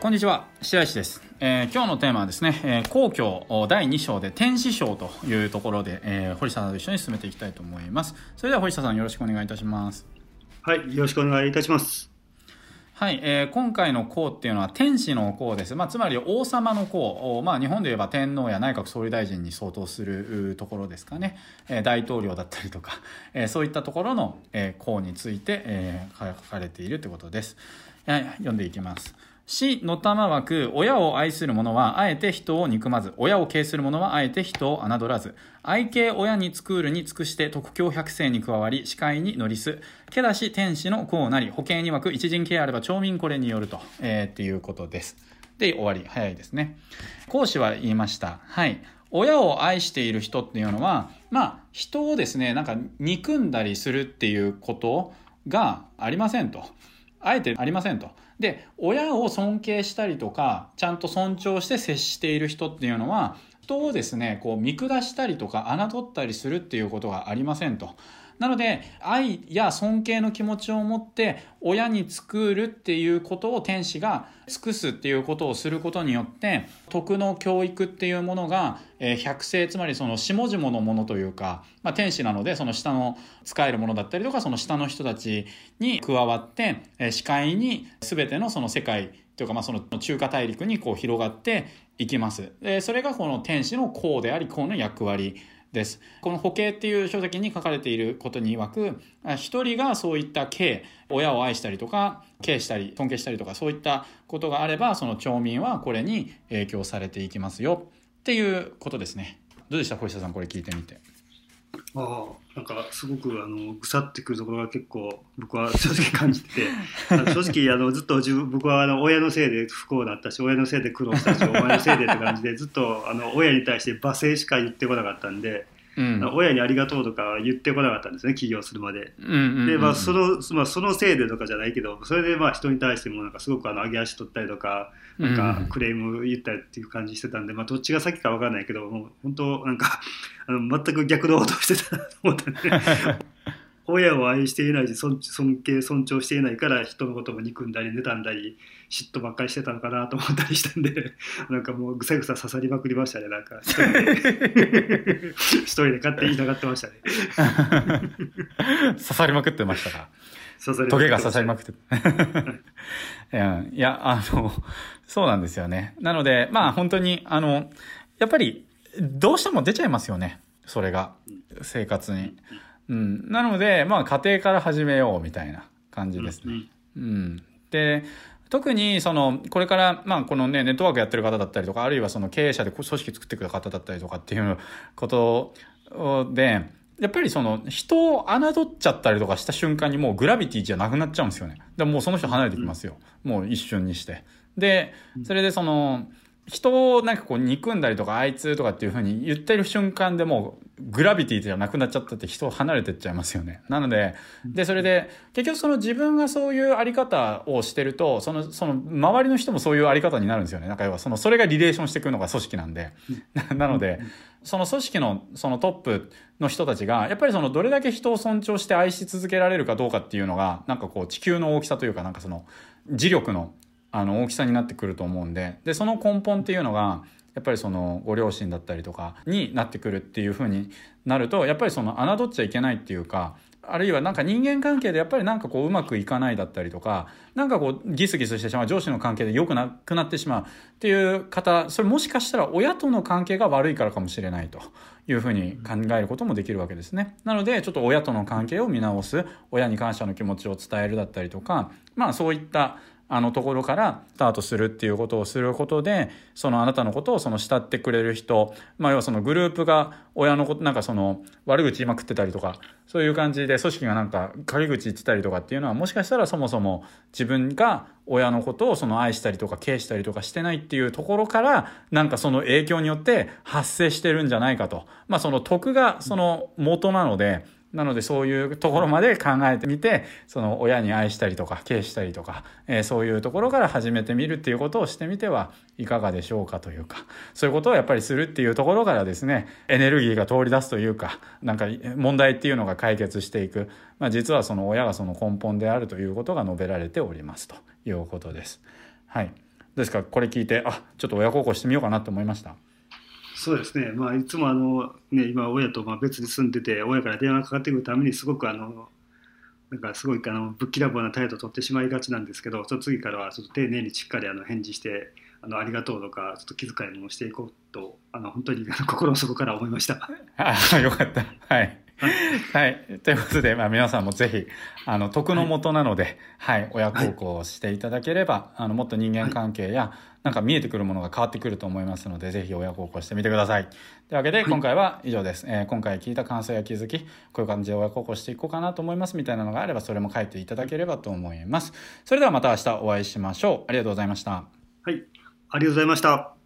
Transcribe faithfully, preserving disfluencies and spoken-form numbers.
こんにちは、白石です。えー、今日のテーマはですね、えー、皇居だいに章で天使章というところで、えー、堀下さんと一緒に進めていきたいと思います。それでは堀下さん、よろしくお願いいたします。 はい、よろしくお願いいたします。 はい、えー、今回の皇っていうのは天使の皇です。まあ、つまり王様の皇、まあ、日本で言えば天皇や内閣総理大臣に相当するところですかね、えー、大統領だったりとか、えー、そういったところの、えー、皇について、えー、書かれているということです。はい、読んでいきます。死の玉枠、親を愛する者はあえて人を憎まず、親を敬する者はあえて人を侮らず、愛敬親に尽くるに尽くして特教百世に加わり、視界に乗りす、けだし天使の功なり、保険に枠一人敬あれば町民これによると、えー、っていうことです。で、終わり。早いですね。孔子は言いました。はい。親を愛している人っていうのは、まあ、人をですね、なんか憎んだりするっていうことがありませんと。あえてありませんと。で、親を尊敬したりとか、ちゃんと尊重して接している人っていうのは、人をですね、こう見下したりとか侮ったりするっていうことがありませんと。なので、愛や尊敬の気持ちを持って親に尽くるっていうことを天使が尽くすっていうことをすることによって、徳の教育っていうものが百世、つまりその下々のものというか、まあ、天使なのでその下の使えるものだったりとか、その下の人たちに加わって視界に全てのその世界というか、まあその中華大陸にこう広がっていきます。で、それがこの天使の功であり、功の役割です。この法華っていう書籍に書かれていることに曰く、一人がそういった敬、親を愛したりとか敬したり尊敬したりとか、そういったことがあれば、その町民はこれに影響されていきますよっていうことですね。どうでした、小石さん、これ聞いてみて。 ああ、なんかすごくあのぐさってくるところが結構僕は正直感じててあの正直あのずっと自分僕はあの親のせいで不幸だったし、親のせいで苦労したし、お前のせいでって感じでずっとあの親に対して罵声しか言ってこなかったんで、うん、親にありがとうとか言ってこなかったんですね、起業するまで。で、まあそのまあ、そのせいでとかじゃないけど、それでまあ人に対してもなんかすごくあの上げ足取ったりとか、なんかクレーム言ったりっていう感じしてたんで、まあ、どっちが先か分からないけど、もう本当なんかあの全く逆のことをしてたなと思ったんで親を愛していないし、尊敬尊重していないから人のことも憎んだり妬んだり嫉妬ばっかりしてたのかなと思ったりしたんで、なんかもうぐさぐさ刺さりまくりましたね。なんか一人で一人で勝手に言いたがってましたね刺さりまくってましたか。トゲが刺さりまくっていや、いや、あのそうなんですよね。なのでまあ本当にあのやっぱりどうしても出ちゃいますよね、それが生活に。うん、なのでまあ家庭から始めようみたいな感じですね。うん、うん、で特にそのこれからまあこのねネットワークやってる方だったりとか、あるいはその経営者で組織作ってくる方だったりとかっていうことで、やっぱりその人を侮っちゃったりとかした瞬間にもうグラビティじゃなくなっちゃうんですよね。でもうその人離れてきますよ、もう一瞬にして。でそれでその人をなんかこう憎んだりとかあいつとかっていう風に言ってる瞬間でもうグラビティじゃなくなっちゃったって、人を離れてっちゃいますよね。なので、でそれで結局その自分がそういうあり方をしてると、そのその周りの人もそういうあり方になるんですよね。なんか要はそのそれがリレーションしてくるのが組織なんで、なのでその組織のそのトップの人たちがやっぱりそのどれだけ人を尊重して愛し続けられるかどうかっていうのが、なんかこう地球の大きさというか、なんかその磁力のあの大きさになってくると思うんで、でその根本っていうのがやっぱりそのご両親だったりとかになってくるっていう風になると、やっぱりその侮っちゃいけないっていうか、あるいはなんか人間関係でやっぱりなんかこううまくいかないだったりとか、なんかこうギスギスしてしまう、上司の関係で良くなくなってしまうっていう方、それもしかしたら親との関係が悪いからかもしれないというふうに考えることもできるわけですね。なのでちょっと親との関係を見直す、親に感謝の気持ちを伝えるだったりとか、まあそういったあのところからスタートするっていうことをすることで、そのあなたのことをその慕ってくれる人、まあ要はそのグループが親のことなんかその悪口言いまくってたりとか、そういう感じで組織がなんか陰口言ってたりとかっていうのは、もしかしたらそもそも自分が親のことをその愛したりとか敬したりとかしてないっていうところから、なんかその影響によって発生してるんじゃないかと。まあその徳がその元なので、なのでそういうところまで考えてみて、その親に愛したりとか敬したりとか、えー、そういうところから始めてみるっていうことをしてみてはいかがでしょうかというか、そういうことをやっぱりするっていうところからですね、エネルギーが通り出すというか、なんか問題っていうのが解決していく、まあ、実はその親がその根本であるということが述べられておりますということです。はい。 ですか、これ聞いてあちょっと親孝行してみようかなと思いました？ そうですね、まあ、いつもあの、ね、今親とまあ別に住んでて親から電話がかかってくるためにすごくあのなんかすごいあのぶっきらぼうな態度を取ってしまいがちなんですけど、その次からはちょっと丁寧にしっかりあの返事してあのありがとうとかちょっと気遣いもしていこうとあの本当に心の底から思いました。 ああよかった。はいはい。ということで、まあ、皆さんもぜひ、あの、徳の元なので、はい、はい、親孝行をしていただければ、はい、あの、もっと人間関係や、なんか見えてくるものが変わってくると思いますので、ぜひ親孝行してみてください。というわけで、今回は以上です。はい、えー、今回聞いた感想や気づき、こういう感じで親孝行していこうかなと思いますみたいなのがあれば、それも書いていただければと思います。それではまた明日お会いしましょう。ありがとうございました。 はい、ありがとうございました。